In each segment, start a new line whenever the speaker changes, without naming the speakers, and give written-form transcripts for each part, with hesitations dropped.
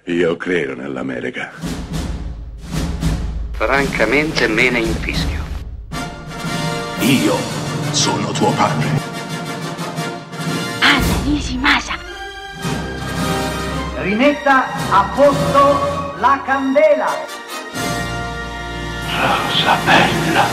Io credo nell'America.
Francamente me ne infischio.
Io sono tuo padre.
Anna Nishimasa.
Rimetta a posto la candela.
Rosa bella.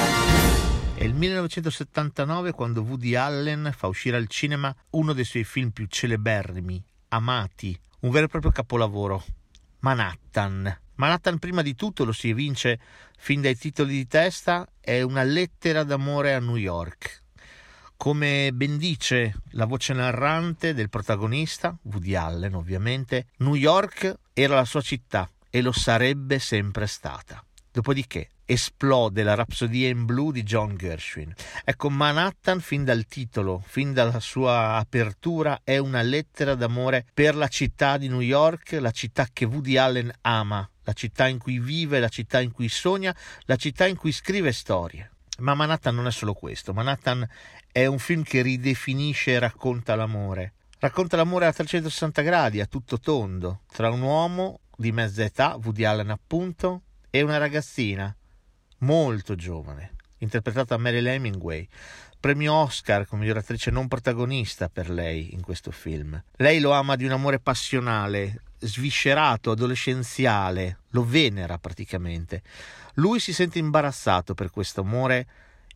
È il 1979 quando Woody Allen fa uscire al cinema uno dei suoi film più celeberrimi, amati, un vero e proprio capolavoro, Manhattan. Manhattan, prima di tutto, lo si evince fin dai titoli di testa, è una lettera d'amore a New York. Come ben dice la voce narrante del protagonista, Woody Allen ovviamente, New York era la sua città e lo sarebbe sempre stata. Dopodiché esplode la Rapsodia in blu di John Gershwin. Ecco, Manhattan, fin dal titolo, fin dalla sua apertura, è una lettera d'amore per la città di New York, la città che Woody Allen ama, la città in cui vive, la città in cui sogna, la città in cui scrive storie. Ma Manhattan non è solo questo. Manhattan è un film che ridefinisce e racconta l'amore. Racconta l'amore a 360 gradi, a tutto tondo, tra un uomo di mezza età, Woody Allen appunto, e una ragazzina molto giovane, interpretata da Mariel Hemingway, premio Oscar come miglior attrice non protagonista per lei in questo film. Lei lo ama di un amore passionale, sviscerato, adolescenziale, lo venera praticamente. Lui si sente imbarazzato per questo amore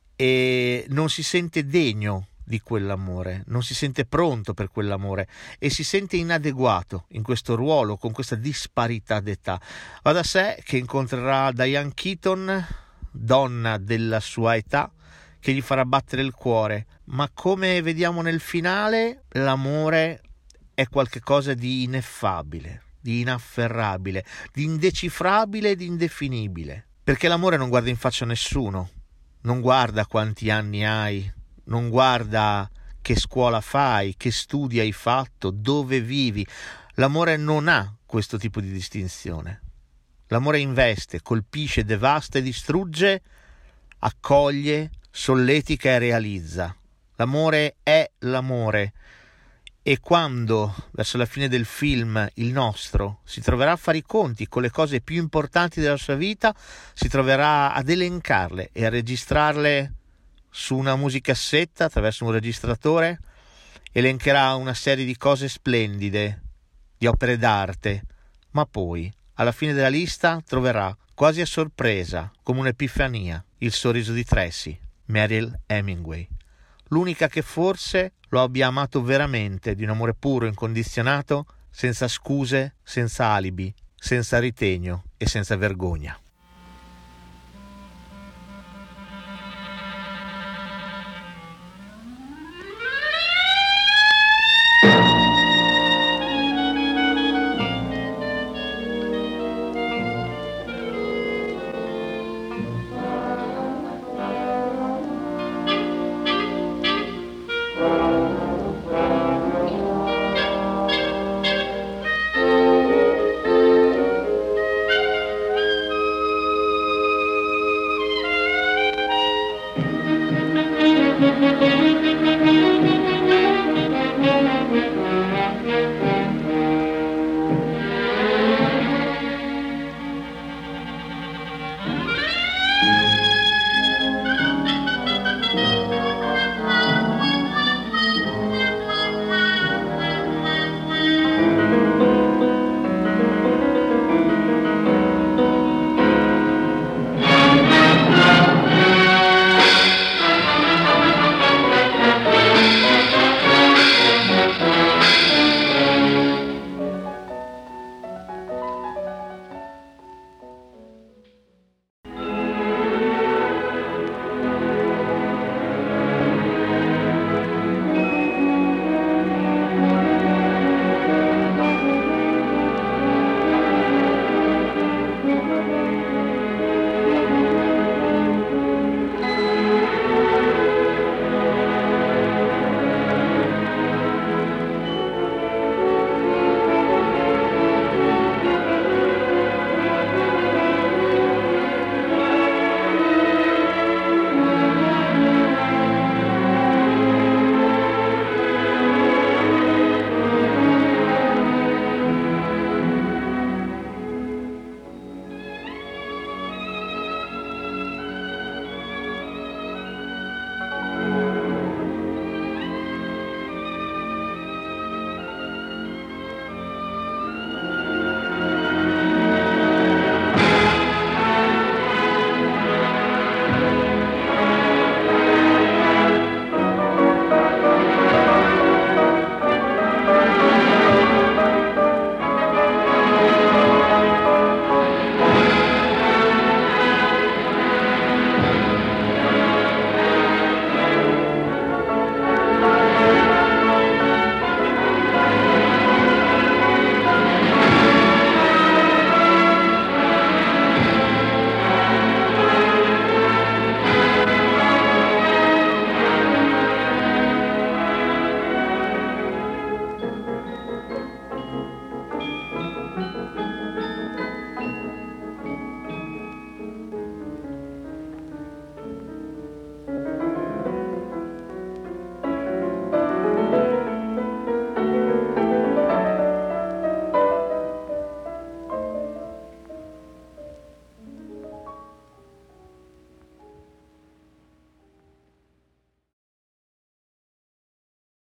e non si sente degno di quell'amore, non si sente pronto per quell'amore e si sente inadeguato in questo ruolo con questa disparità d'età. Va da sé che incontrerà Diane Keaton, donna della sua età, che gli farà battere il cuore, ma come vediamo nel finale l'amore è qualcosa di ineffabile, di inafferrabile, di indecifrabile e di indefinibile, perché l'amore non guarda in faccia a nessuno, non guarda quanti anni hai, non guarda che scuola fai, che studi hai fatto, dove vivi. L'amore non ha questo tipo di distinzione. L'amore investe, colpisce, devasta e distrugge, accoglie, solletica e realizza. L'amore è l'amore. E quando, verso la fine del film, il nostro si troverà a fare i conti con le cose più importanti della sua vita, si troverà ad elencarle e a registrarle su una musicassetta attraverso un registratore, elencherà una serie di cose splendide, di opere d'arte, ma poi, alla fine della lista, troverà, quasi a sorpresa, come un'epifania, il sorriso di Tracy, Mariel Hemingway. L'unica che forse lo abbia amato veramente, di un amore puro, incondizionato, senza scuse, senza alibi, senza ritegno e senza vergogna.